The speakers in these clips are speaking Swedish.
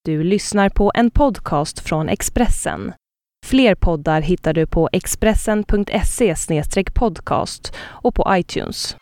Du lyssnar på en podcast från Expressen. Fler poddar hittar du på expressen.se/podcast och på iTunes.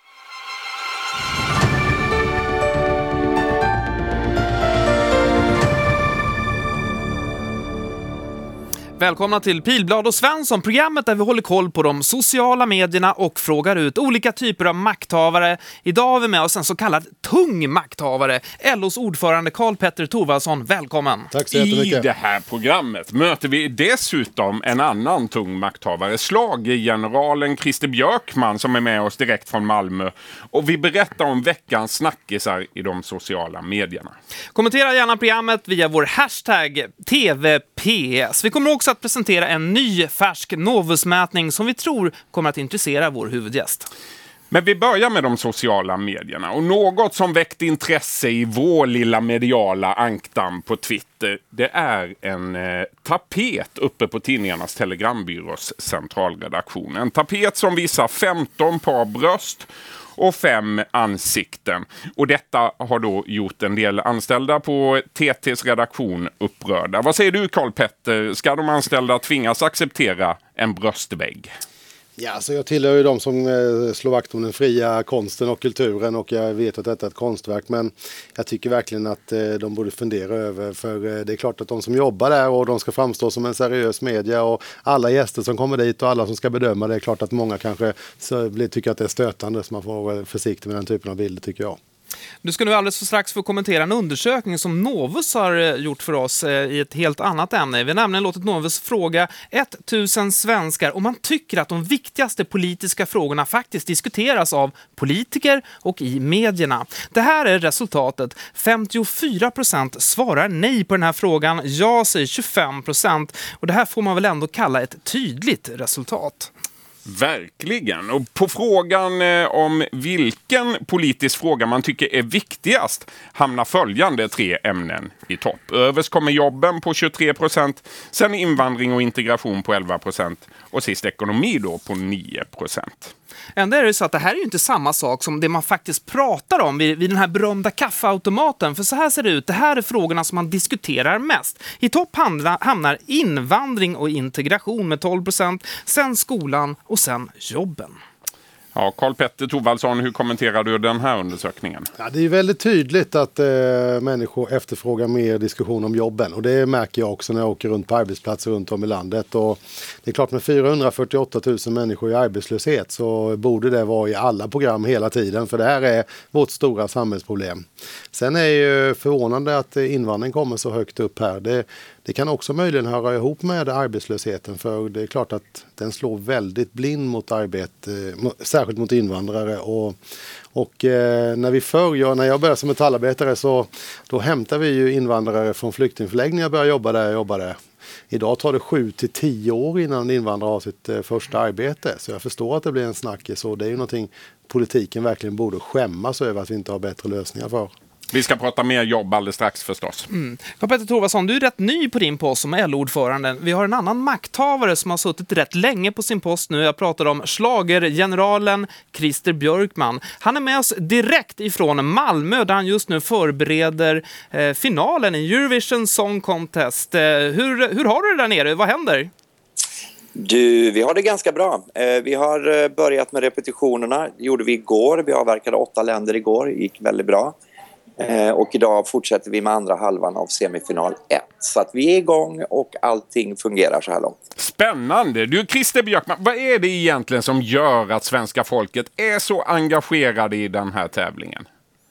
Välkomna till Pilblad och Svensson, programmet där vi håller koll på de sociala medierna och frågar ut olika typer av makthavare. Idag har vi med oss en så kallad tung makthavare, LOs ordförande Karl-Petter Thorwaldsson. Välkommen! Tack så jättemycket. I det här programmet möter vi dessutom en annan tung makthavare, schlagergeneralen Christer Björkman, som är med oss direkt från Malmö. Och vi berättar om veckans snackisar i de sociala medierna. Kommentera gärna programmet via vår hashtag TVPS. Vi kommer också att presentera en ny färsk Novusmätning som vi tror kommer att intressera vår huvudgäst. Men vi börjar med de sociala medierna. Och något som väckt intresse i vår lilla mediala ankdamm på Twitter, det är en tapet uppe på tidningarnas telegrambyrås centralredaktion. En tapet som visar 15 par bröst och 5 ansikten. Och detta har då gjort en del anställda på TT:s redaktion upprörda. Vad säger du, Karl-Petter? Ska de anställda tvingas acceptera en bröstvägg? Ja, så jag tillhör ju de som slår vakt om den fria konsten och kulturen, och jag vet att detta är ett konstverk, men jag tycker verkligen att de borde fundera över, för det är klart att de som jobbar där och de ska framstå som en seriös media, och alla gäster som kommer dit och alla som ska bedöma det, är klart att många kanske tycker att det är stötande, så man får vara försiktig med den typen av bilder, tycker jag. Du ska nu alldeles för strax få kommentera en undersökning som Novus har gjort för oss i ett helt annat ämne. Vi har nämligen låtit Novus fråga 1000 svenskar om man tycker att de viktigaste politiska frågorna faktiskt diskuteras av politiker och i medierna. Det här är resultatet. 54% svarar nej på den här frågan. Ja säger 25%. Och det här får man väl ändå kalla ett tydligt resultat. Verkligen. Och på frågan om vilken politisk fråga man tycker är viktigast hamnar följande 3 ämnen i topp. Överst kommer jobben på 23%, sen invandring och integration på 11% och sist ekonomi då på 9%. Ändå är det så att det här är ju inte samma sak som det man faktiskt pratar om vid den här berömda kaffeautomaten. För så här ser det ut. Det här är frågorna som man diskuterar mest. I topp hamnar invandring och integration med 12%, sen skolan och sen jobben. Ja, Karl-Petter Thorwaldsson, hur kommenterar du den här undersökningen? Ja, det är väldigt tydligt att människor efterfrågar mer diskussion om jobben, och det märker jag också när jag åker runt på arbetsplatser runt om i landet. Och det är klart, med 448 000 människor i arbetslöshet så borde det vara i alla program hela tiden, för det här är vårt stora samhällsproblem. Sen är det ju förvånande att invandring kommer så högt upp här. Det kan också möjligen höra ihop med arbetslösheten, för det är klart att den slår väldigt blind mot arbete, särskilt mot invandrare. Och när jag började som metallarbetare så då hämtar vi ju invandrare från flyktingförläggningar och börjar jobba där. Idag tar det 7-10 år innan en invandrare har sitt första arbete, så jag förstår att det blir en snackis, och det är ju någonting politiken verkligen borde skämmas över att vi inte har bättre lösningar för. Vi ska prata mer jobb alldeles strax förstås. Karl-Petter Thorwaldsson, du är rätt ny på din post som LO-ordförande. Vi har en annan makthavare som har suttit rätt länge på sin post nu. Jag pratar om schlagergeneralen Christer Björkman. Han är med oss direkt ifrån Malmö där han just nu förbereder finalen i Eurovision Song Contest. Hur har du det där nere? Vad händer? Du, vi har det ganska bra. Vi har börjat med repetitionerna. Det gjorde vi igår. Vi avverkade 8 länder igår. Det gick väldigt bra. Och idag fortsätter vi med andra halvan av semifinal 1. Så att vi är igång och allting fungerar så här långt. Spännande! Du, Christer Björkman, vad är det egentligen som gör att svenska folket är så engagerade i den här tävlingen?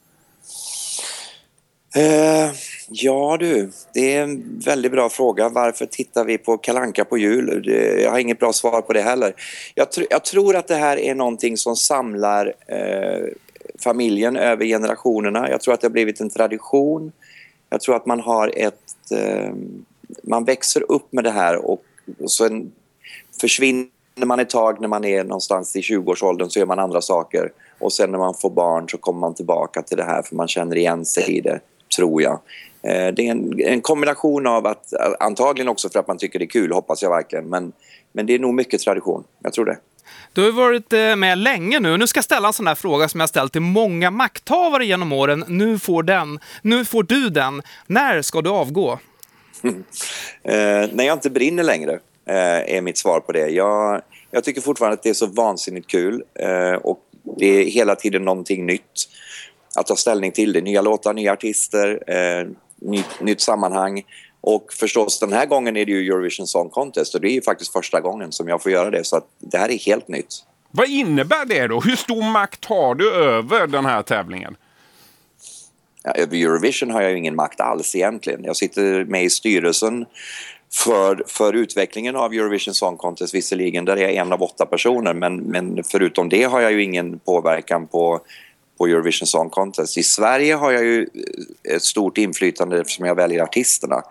Ja du, det är en väldigt bra fråga. Varför tittar vi på Kalle Anka på jul? Jag har inget bra svar på det heller. Jag tror att det här är någonting som samlar familjen över generationerna. Jag tror att det har blivit en tradition. Jag tror att man har man växer upp med det här, och sen försvinner man ett tag när man är någonstans i 20-årsåldern, så gör man andra saker. Och sen när man får barn så kommer man tillbaka till det här, för man känner igen sig i det, tror jag. Det är en kombination av att, antagligen också för att man tycker det är kul, hoppas jag verkligen. Men det är nog mycket tradition, jag tror det. Du har varit med länge nu. Nu ska jag ställa en sån här fråga som jag ställt till många makthavare genom åren. Nu får du den. När ska du avgå? När jag inte brinner längre är mitt svar på det. Jag tycker fortfarande att det är så vansinnigt kul och det är hela tiden någonting nytt att ta ställning till. Det är nya låtar, nya artister, nytt sammanhang. Och förstås, den här gången är det ju Eurovision Song Contest och det är ju faktiskt första gången som jag får göra det. Så att det här är helt nytt. Vad innebär det då? Hur stor makt har du över den här tävlingen? Ja, över Eurovision har jag ju ingen makt alls egentligen. Jag sitter med i styrelsen för utvecklingen av Eurovision Song Contest visserligen. Där är jag en av 8 personer. Men förutom det har jag ju ingen påverkan på Eurovision Song Contest. I Sverige har jag ju ett stort inflytande eftersom jag väljer artisterna.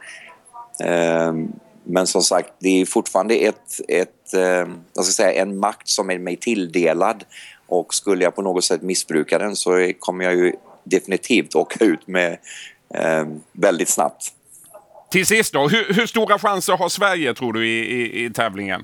Men som sagt, det är fortfarande en makt som är mig tilldelad. Och skulle jag på något sätt missbruka den så kommer jag ju definitivt åka ut med väldigt snabbt. Till sist då, hur stora chanser har Sverige tror du i tävlingen?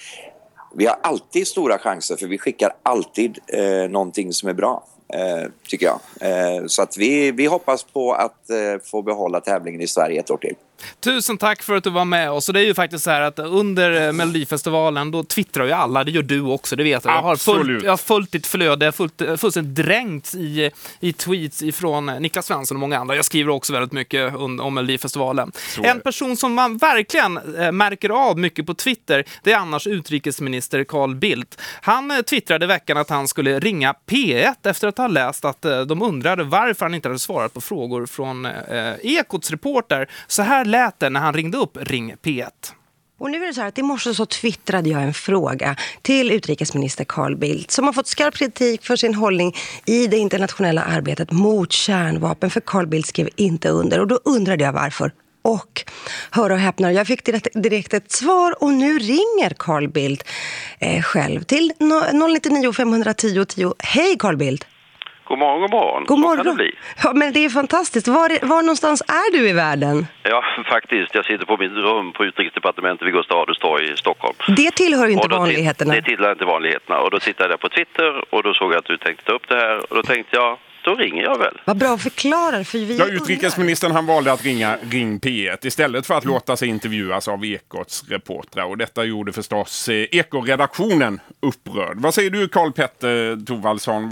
Vi har alltid stora chanser för vi skickar alltid någonting som är bra. Tycker jag. Så att vi hoppas på att få behålla tävlingen i Sverige ett år till. Tusen tack för att du var med oss. Och det är ju faktiskt så här att under Melodifestivalen då twittrar ju alla, det gör du också, det vet jag. Jag har följt ditt flöde, jag har fullständigt dränkt i tweets ifrån Niklas Svensson och många andra. Jag skriver också väldigt mycket om Melodifestivalen. En person som man verkligen märker av mycket på Twitter, det är annars utrikesminister Carl Bildt. Han twittrade i veckan att han skulle ringa P1 efter att ha läst att de undrade varför han inte hade svarat på frågor från Ekots reporter. Så här lät det när han ringde upp Ring P1. Och nu är det så här att i morse så twittrade jag en fråga till utrikesminister Carl Bildt som har fått skarp kritik för sin hållning i det internationella arbetet mot kärnvapen, för Carl Bildt skrev inte under. Och då undrade jag varför. Och hör och häpnar, jag fick direkt ett svar och nu ringer Carl Bildt själv till 099 510 10. Hej Carl Bildt! God morgon, god morgon. God morgon. Så kan det bli. Ja, men det är fantastiskt. Var någonstans är du i världen? Ja, faktiskt. Jag sitter på mitt rum på utrikesdepartementet vid Gustav Adolfs torg i Stockholm. Det tillhör ju inte vanligheterna. Det tillhör inte vanligheterna. Och då tittade jag på Twitter och då såg jag att du tänkte ta upp det här. Och då tänkte jag, då ringer jag väl. Vad bra förklarar för vi. Ja, utrikesministern han valde att ringa Ring P1 istället för att låta sig intervjuas av Ekots reportrar. Och detta gjorde förstås Eko-redaktionen upprörd. Vad säger du Karl Petter Thorwaldsson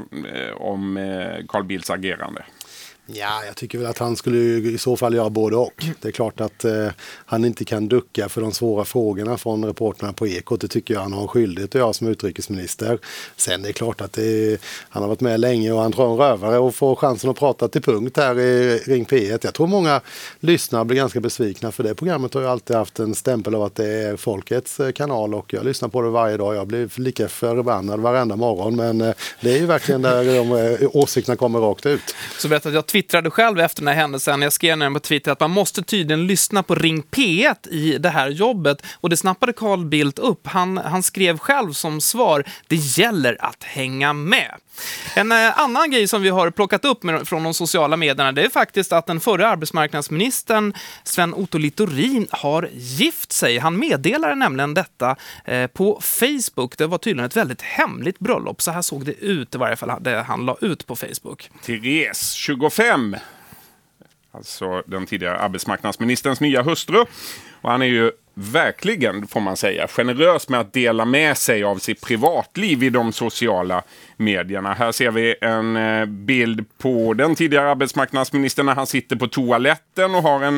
om Carl Bildts agerande? Ja, jag tycker väl att han skulle i så fall göra både och. Det är klart att han inte kan ducka för de svåra frågorna från reporterna på Ekot. Det tycker jag han har en skyldighet att göra som utrikesminister. Sen det är klart att han har varit med länge och han tror en rövare och får chansen att prata till punkt här i Ring P1. Jag tror många lyssnare blir ganska besvikna för det programmet har ju alltid haft en stämpel av att det är folkets kanal och jag lyssnar på det varje dag. Jag blir lika förbannad varenda morgon men det är ju verkligen där de åsikterna kommer rakt ut. Så vet att jag twittrade själv efter den här händelsen. Jag skrev nämligen på Twitter att man måste tydligen lyssna på Ring P1 i det här jobbet. Och det snappade Carl Bildt upp. Han skrev själv som svar, det gäller att hänga med. En annan grej som vi har plockat upp från de sociala medierna, det är faktiskt att den förra arbetsmarknadsministern Sven Otto Littorin har gift sig. Han meddelade nämligen detta på Facebook. Det var tydligen ett väldigt hemligt bröllop. Så här såg det ut i varje fall det han la ut på Facebook. Therese, 25. Alltså den tidigare arbetsmarknadsministerns nya hustru. Och han är ju verkligen, får man säga, generös med att dela med sig av sitt privatliv i de sociala medierna. Här ser vi en bild på den tidigare arbetsmarknadsministern när han sitter på toaletten och har en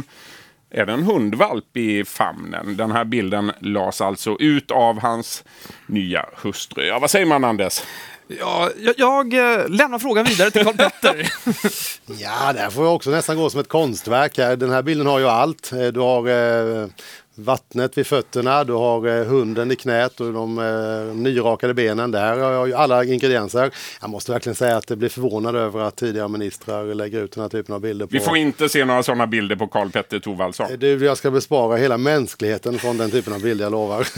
hundvalp i famnen. Den här bilden lades alltså ut av hans nya hustru. Ja, vad säger man, Anders? Ja, jag lämnar frågan vidare till Carl Petter. Ja, det här får jag också nästan gå som ett konstverk här. Den här bilden har ju allt. Du har vattnet vid fötterna, du har hunden i knät och de nyrakade benen. Där har jag ju alla ingredienser. Jag måste verkligen säga att det blir förvånad över att tidigare ministrar lägger ut den här typen av bilder. Vi får inte se några sådana bilder på Carl Petter Thorwaldsson. Jag ska bespara hela mänskligheten från den typen av bilder, jag lovar.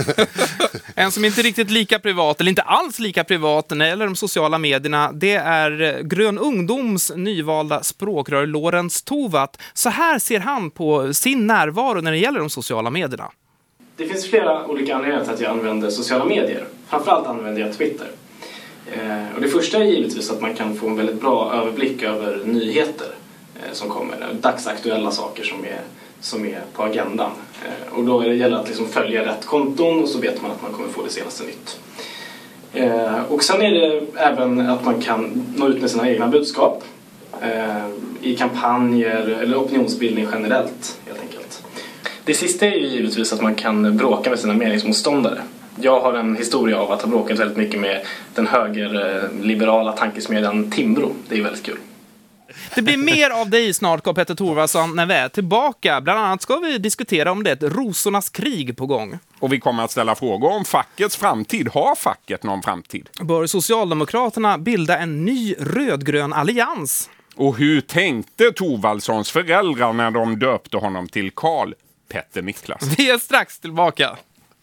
En som inte är riktigt lika privat, eller inte alls lika privat när det gäller de sociala medierna, det är Grön Ungdoms nyvalda språkrör Lorentz Tovatt. Så här ser han på sin närvaro när det gäller de sociala medierna. Det finns flera olika anledningar till att jag använder sociala medier. Framförallt använder jag Twitter. Och det första är givetvis att man kan få en väldigt bra överblick över nyheter som kommer, dagsaktuella saker som är på agendan. Och då gäller det att liksom följa rätt konton och så vet man att man kommer få det senaste nytt. Och sen är det även att man kan nå ut med sina egna budskap i kampanjer eller opinionsbildning generellt helt enkelt. Det sista är ju givetvis att man kan bråka med sina meningsmotståndare. Jag har en historia av att ha bråkat väldigt mycket med den högerliberala tankesmedjan Timbro. Det är väldigt kul. Det blir mer av dig snart, Karl-Petter Thorwaldsson, när vi är tillbaka. Bland annat ska vi diskutera om det är ett rosornas krig på gång. Och vi kommer att ställa frågor om fackets framtid. Har facket någon framtid? Bör Socialdemokraterna bilda en ny rödgrön allians? Och hur tänkte Thorwaldssons föräldrar när de döpte honom till Karl-Petter Niklas? Vi är strax tillbaka.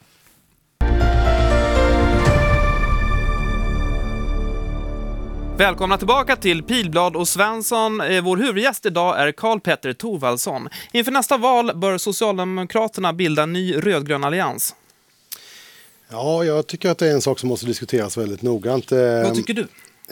Välkomna tillbaka till Pilblad och Svensson. Vår huvudgäst idag är Karl-Petter Thorwaldsson. Inför nästa val bör Socialdemokraterna bilda en ny rödgrön allians. Ja, jag tycker att det är en sak som måste diskuteras väldigt noggrant. Vad tycker du?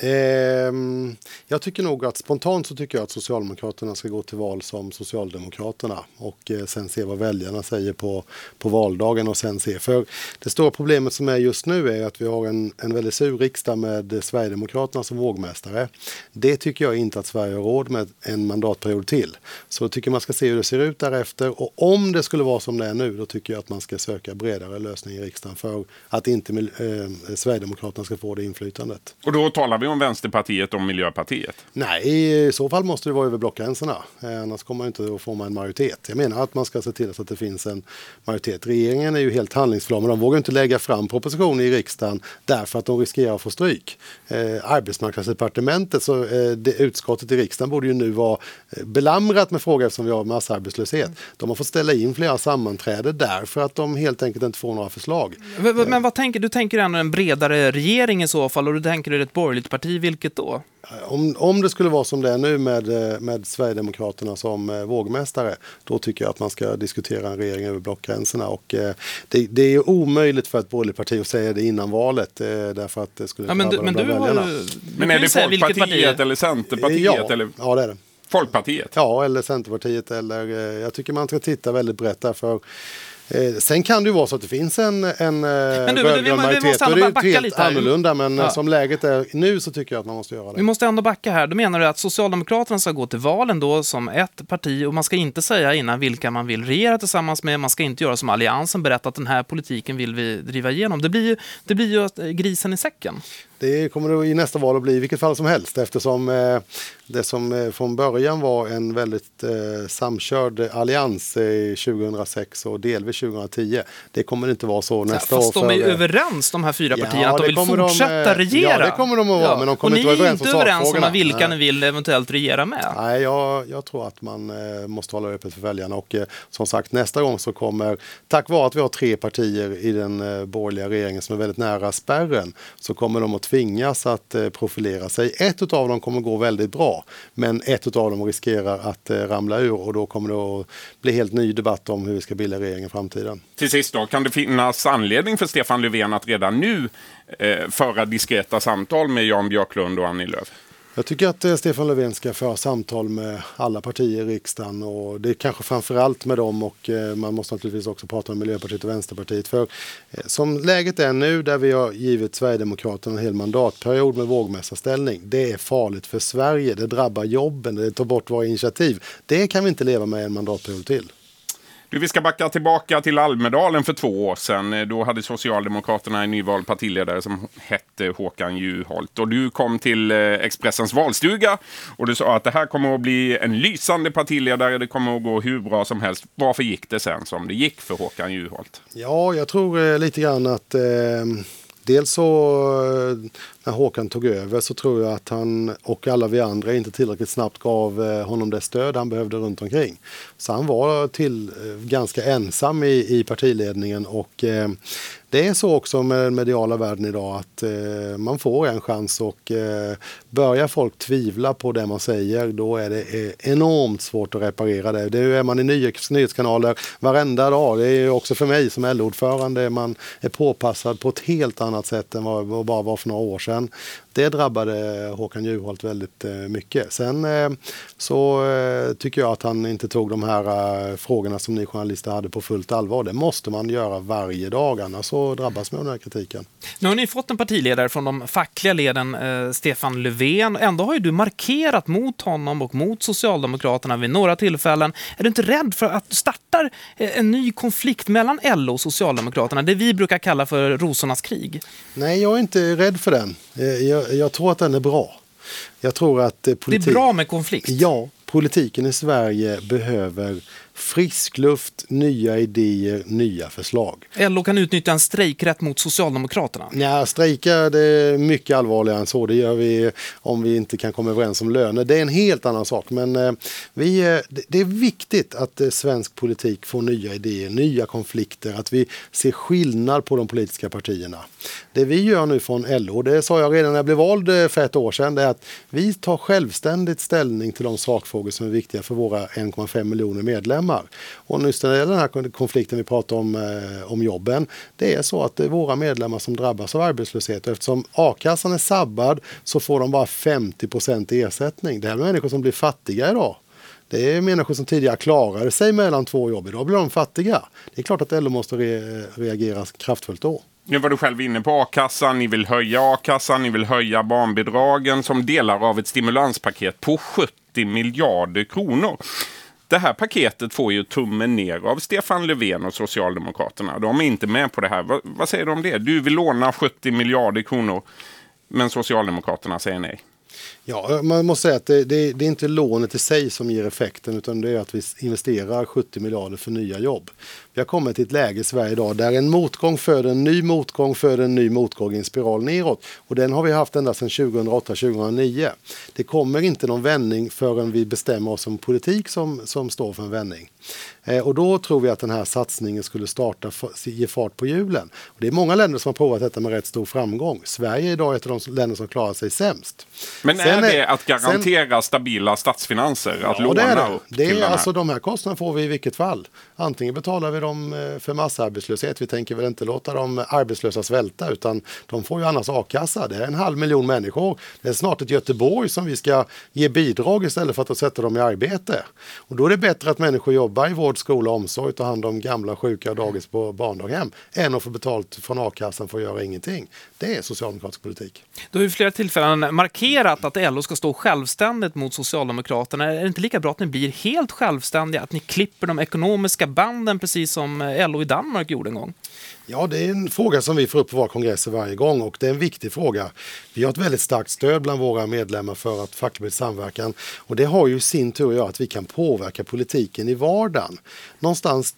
Jag tycker nog att spontant så tycker jag att Socialdemokraterna ska gå till val som Socialdemokraterna och sen se vad väljarna säger på valdagen och sen se. För det stora problemet som är just nu är att vi har en väldigt sur riksdag med Sverigedemokraterna som vågmästare. Det tycker jag inte att Sverige har råd med en mandatperiod till. Så jag tycker man ska se hur det ser ut därefter och om det skulle vara som det är nu då tycker jag att man ska söka bredare lösning i riksdagen för att inte Sverigedemokraterna ska få det inflytandet. Och då talar vi om Vänsterpartiet och Miljöpartiet? Nej, i så fall måste det vara över blockgränserna. Annars kommer man inte att få en majoritet. Jag menar att man ska se till så att det finns en majoritet. Regeringen är ju helt handlingsförlamad. De vågar inte lägga fram propositioner i riksdagen därför att de riskerar att få stryk. Arbetsmarknadsdepartementet, så utskottet i riksdagen borde ju nu vara belamrat med frågor eftersom vi har massarbetslöshet. De har fått ställa in flera sammanträden därför att de helt enkelt inte får några förslag. Men vad tänker du? Tänker ändå en bredare regering i så fall och du tänker ett borgerligt parti, vilket då? Om det skulle vara som det är nu med Sverigedemokraterna som vågmästare, då tycker jag att man ska diskutera en regering över blockgränserna. Och det är ju omöjligt för ett borgerligt parti att säga det innan valet, därför att det skulle drabba de väljarna. Men är det Folkpartiet eller Centerpartiet? Ja, det är det. Folkpartiet? Ja, eller Centerpartiet. Jag tycker man ska titta väldigt brett därför. Sen kan det ju vara så att det finns en rödgrön majoritet och det är ju helt annorlunda men som läget är nu så tycker jag att man måste göra det. Vi måste ändå backa här. Då menar du att Socialdemokraterna ska gå till valen då som ett parti och man ska inte säga innan vilka man vill regera tillsammans med. Man ska inte göra som Alliansen, berätta att den här politiken vill vi driva igenom. Det blir ju grisen i säcken. Det kommer det i nästa val att bli i vilket fall som helst eftersom det som från början var en väldigt samkörd allians 2006 och delvis 2010. Det kommer inte vara så nästa år. Fast de är ju överens, de här fyra partierna, att de vill fortsätta regera. Ja, det kommer de att vara, men de kommer inte vara överens om sakfrågorna. Och ni är inte överens om vilka ni vill eventuellt regera med? Nej, jag tror att man måste hålla öppet för väljarna. Och som sagt, nästa gång så kommer, tack vare att vi har 3 partier i den borgerliga regeringen som är väldigt nära spärren, så kommer de att tvingas att profilera sig. Ett av dem kommer gå väldigt bra, men ett av dem riskerar att ramla ur och då kommer det att bli helt ny debatt om hur vi ska bilda regeringen i framtiden. Till sist då, kan det finnas anledning för Stefan Löfven att redan nu föra diskreta samtal med Jan Björklund och Annie Lööf? Jag tycker att Stefan Löfven ska föra samtal med alla partier i riksdagen och det är kanske framförallt med dem och man måste naturligtvis också prata med Miljöpartiet och Vänsterpartiet. För som läget är nu där vi har givit Sverigedemokraterna en hel mandatperiod med vågmästarställning, det är farligt för Sverige, det drabbar jobben, det tar bort våra initiativ. Det kan vi inte leva med en mandatperiod till. Vi ska backa tillbaka till Almedalen för 2 år sedan. Då hade Socialdemokraterna en nyvald partiledare som hette Håkan Juholt. Och du kom till Expressens valstuga och du sa att det här kommer att bli en lysande partiledare. Det kommer att gå hur bra som helst. Varför gick det sen som det gick för Håkan Juholt? Ja, jag tror lite grann att... Dels så när Håkan tog över så tror jag att han och alla vi andra inte tillräckligt snabbt gav honom det stöd han behövde runt omkring. Så han var ganska ensam i partiledningen och det är så också med den mediala världen idag att man får en chans och börjar folk tvivla på det man säger, då är det enormt svårt att reparera det. Det är man i nyhetskanaler varenda dag. Det är också för mig som LO-ordförande, man är påpassad på ett helt annat sätt än vad det bara var för några år sedan. Det drabbade Håkan Juholt väldigt mycket. Sen så tycker jag att han inte tog de här frågorna som ni journalister hade på fullt allvar. Det måste man göra varje dag, annars så drabbas man av den här kritiken. Nu har ni fått en partiledare från de fackliga leden, Stefan Löfven. Ändå har ju du markerat mot honom och mot Socialdemokraterna vid några tillfällen. Är du inte rädd för att du startar en ny konflikt mellan LO och Socialdemokraterna, det vi brukar kalla för rosornas krig? Nej, jag är inte rädd för den. Jag tror att den är bra. Jag tror att det är bra med konflikt? Ja, politiken i Sverige behöver frisk luft, nya idéer, nya förslag. LO kan utnyttja en strejkrätt mot Socialdemokraterna? Ja, strejka det är mycket allvarligare än så. Det gör vi om vi inte kan komma överens om löner. Det är en helt annan sak. Men det är viktigt att svensk politik får nya idéer, nya konflikter. Att vi ser skillnad på de politiska partierna. Det vi gör nu från LO, det sa jag redan när jag blev vald för ett år sedan, det är att vi tar självständigt ställning till de sakfrågor som är viktiga för våra 1,5 miljoner medlemmar. Och just när det gäller den här konflikten vi pratar om jobben, det är så att det är våra medlemmar som drabbas av arbetslöshet. Och eftersom a-kassan är sabbad så får de bara 50% ersättning. Det här är människor som blir fattiga idag. Det är människor som tidigare klarade sig mellan 2 jobb. Idag blir de fattiga. Det är klart att LO måste reagera kraftfullt då. Nu var du själv inne på a-kassan, ni vill höja a-kassan, ni vill höja barnbidragen som delar av ett stimulanspaket på 70 miljarder kronor. Det här paketet får ju tummen ner av Stefan Löfven och Socialdemokraterna. De är inte med på det här. Vad säger du om det? Du vill låna 70 miljarder kronor, men Socialdemokraterna säger nej. Ja, man måste säga att det är inte lånet i sig som ger effekten, utan det är att vi investerar 70 miljarder för nya jobb. Vi har kommit till ett läge i Sverige idag där en motgång föder en ny motgång föder en ny motgång i en spiral neråt. Och den har vi haft ända sedan 2008-2009. Det kommer inte någon vändning förrän vi bestämmer oss om politik som står för en vändning. Och då tror vi att den här satsningen skulle ge fart på hjulen. Och det är många länder som har provat detta med rätt stor framgång. Sverige är idag ett av de länder som klarar sig sämst. Men är det att garantera stabila statsfinanser? Att låna det är det. Upp till Alltså de här kostnaderna får vi i vilket fall. Antingen betalar vi dem för massarbetslöshet. Vi tänker väl inte låta de arbetslösa svälta, utan de får ju annars a-kassa. Det är 500 000 människor. Det är snart ett Göteborg som vi ska ge bidrag istället för att sätta dem i arbete. Och då är det bättre att människor jobbar i vård, skola och omsorg, tar hand om gamla, sjuka och dagis på barndaghem, än att få betalt från a-kassan för att göra ingenting. Det är socialdemokratisk politik. Du har ju flera tillfällen markerat att LO ska stå självständigt mot Socialdemokraterna. Är det inte lika bra att ni blir helt självständiga, att ni klipper de ekonomiska banden precis som LO i Danmark gjorde en gång? Ja, det är en fråga som vi får upp på våra kongresser varje gång, och det är en viktig fråga. Vi har ett väldigt starkt stöd bland våra medlemmar för att facklig samverkan, och det har ju sin tur att göra att vi kan påverka politiken i vardagen. Någonstans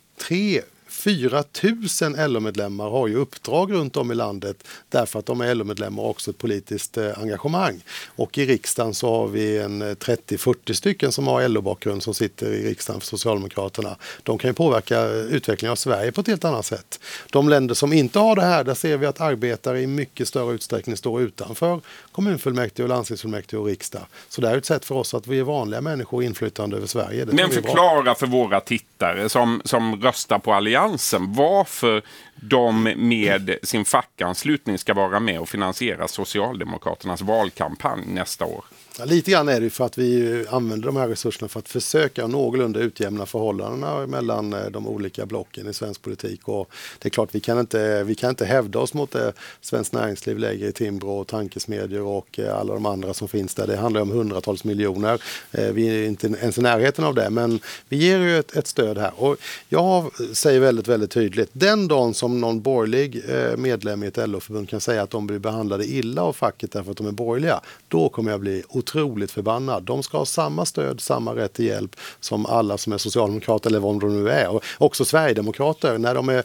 4 000 LO-medlemmar har ju uppdrag runt om i landet därför att de är LO-medlemmar och också ett politiskt engagemang. Och i riksdagen så har vi en 30-40 stycken som har LO-bakgrund som sitter i riksdagen för Socialdemokraterna. De kan ju påverka utvecklingen av Sverige på ett helt annat sätt. De länder som inte har det här, där ser vi att arbetare i mycket större utsträckning står utanför kommunfullmäktige och landstingsfullmäktige och riksdag. Så det är ett sätt för oss att vi är vanliga människor inflytande över Sverige. Men förklara för våra tittare som röstar på Alliansen varför de med sin fackanslutning ska vara med och finansiera Socialdemokraternas valkampanj nästa år. Ja, lite grann är det för att vi använder de här resurserna för att försöka någorlunda utjämna förhållandena mellan de olika blocken i svensk politik. Och det är klart, vi kan inte hävda oss mot det Svenskt Näringsliv lägger i Timbro och tankesmedjor och alla de andra som finns där. Det handlar om hundratals miljoner. Vi är inte ens i närheten av det, men vi ger ju ett stöd här. Och jag säger väldigt, väldigt tydligt, den dagen som någon borgerlig medlem i ett LO-förbund kan säga att de blir behandlade illa av facket därför att de är borgerliga, då kommer jag bli otroligt förbannad. De ska ha samma stöd, samma rätt till hjälp som alla som är socialdemokrater eller vad de nu är. Och också sverigedemokrater, när de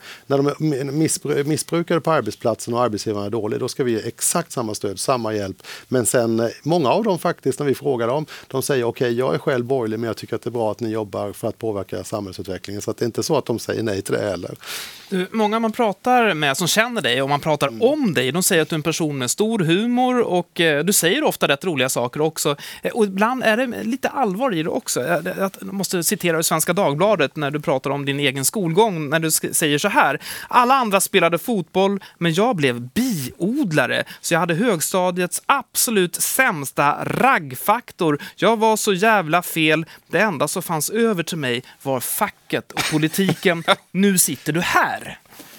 är missbrukare på arbetsplatsen och arbetsgivarna är dåliga, då ska vi ge exakt samma stöd, samma hjälp. Men sen, många av dem faktiskt, när vi frågar dem, de säger okej, jag är själv borgerlig, men jag tycker att det är bra att ni jobbar för att påverka samhällsutvecklingen. Så att det är inte så att de säger nej till det heller. Många man pratar med som känner dig och man pratar om dig, de säger att du är en person med stor humor och du säger ofta rätt roliga saker också. Och ibland är det lite allvar i det också. Jag måste citera ur Svenska Dagbladet när du pratar om din egen skolgång, när du säger så här: alla andra spelade fotboll, men jag blev biodlare, så jag hade högstadiets absolut sämsta raggfaktor. Jag var så jävla fel. Det enda som fanns över till mig var facket och politiken. Nu sitter du här.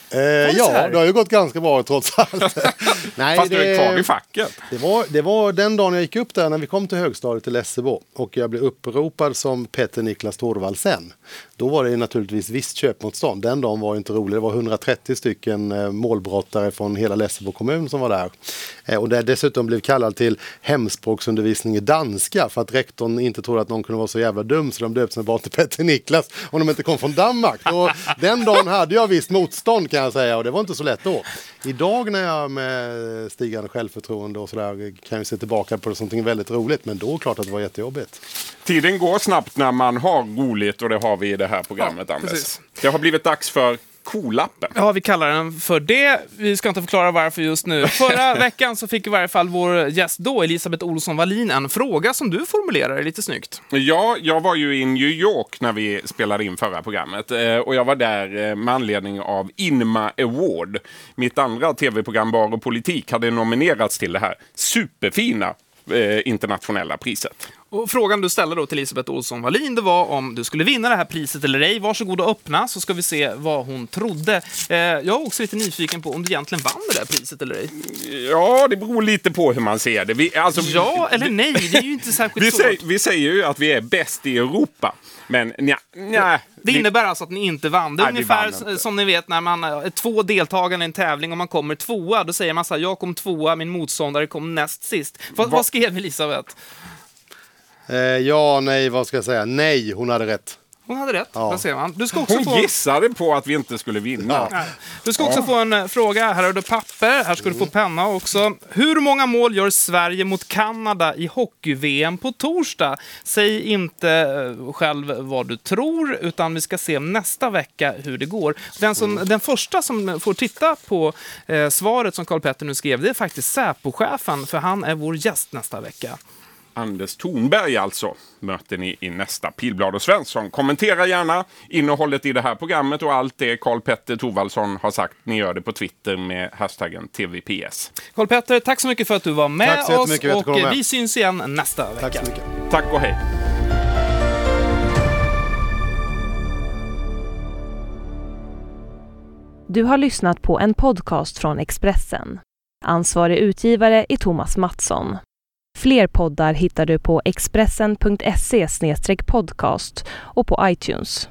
Ja, det har ju gått ganska bra trots allt. Nej, fast du är kvar i facket. Det var den dagen jag gick upp där när vi kom till högstadiet till Lessebo och jag blev uppropad som Petter Niklas Thorvaldsen. Då var det naturligtvis visst köpmotstånd. Den dagen var inte rolig. Det var 130 stycken målbrottare från hela Lessebo kommun som var där. Och där dessutom blev kallad till hemspråksundervisning i danska för att rektorn inte trodde att någon kunde vara så jävla dum så de döpte sig bara till Petter Niklas om de inte kom från Danmark. Och den dagen hade jag visst motstånd, kan jag säga, och det var inte så lätt då. Idag när jag med stigande självförtroende och sådär kan jag se tillbaka på det som någonting väldigt roligt, men då klart att det var jättejobbigt. Tiden går snabbt när man har roligt och det har vi i det här programmet, Anders. Precis. Det har blivit dags för Coolappen. Ja, vi kallar den för det. Vi ska inte förklara varför just nu. Förra veckan så fick i varje fall vår gäst då, Elisabeth Olsson Wallin, en fråga som du formulerade lite snyggt. Ja, jag var ju i New York när vi spelade in förra programmet och jag var där med anledning av INMA Award. Mitt andra tv-program Bar och politik hade nominerats till det här superfina internationella priset. Och frågan du ställde då till Elisabeth Olsson Wallin, det var om du skulle vinna det här priset eller ej. Varsågod att öppna så ska vi se vad hon trodde. Jag är också lite nyfiken på om du egentligen vann det där priset eller ej. Ja, det beror lite på hur man ser det. Ja eller nej, det är ju inte särskilt svårt. Vi säger ju att vi är bäst i Europa. Men det innebär alltså att ni inte vann. Det är ungefär som ni vet när man är 2 deltagare i en tävling och man kommer 2, då säger man så här: jag kom 2, min motståndare kom näst sist. Vad skrev Elisabeth? Ja, nej, vad ska jag säga? Nej, hon hade rätt. Hon hade rätt, ja. Vad ser man? Du ska också hon gissade på att vi inte skulle vinna. Ja. Du ska också få en fråga. Här har du papper, här ska du få penna också. Hur många mål gör Sverige mot Kanada i hockey-VM på torsdag? Säg inte själv vad du tror, utan vi ska se nästa vecka hur det går. Den första som får titta på svaret som Karl Petter nu skrev, det är faktiskt Säpo-chefen, för han är vår gäst nästa vecka. Anders Thornberg alltså möter ni i nästa Pilblad och Svensson. Kommentera gärna innehållet i det här programmet och allt det Karl Petter Thorvaldsson har sagt. Ni gör det på Twitter med hashtaggen TVPS. Karl Petter, tack så mycket för att du var med oss och vi syns igen nästa vecka. Tack så mycket. Tack och hej. Du har lyssnat på en podcast från Expressen. Ansvarig utgivare är Thomas Mattsson. Fler poddar hittar du på expressen.se/podcast och på iTunes.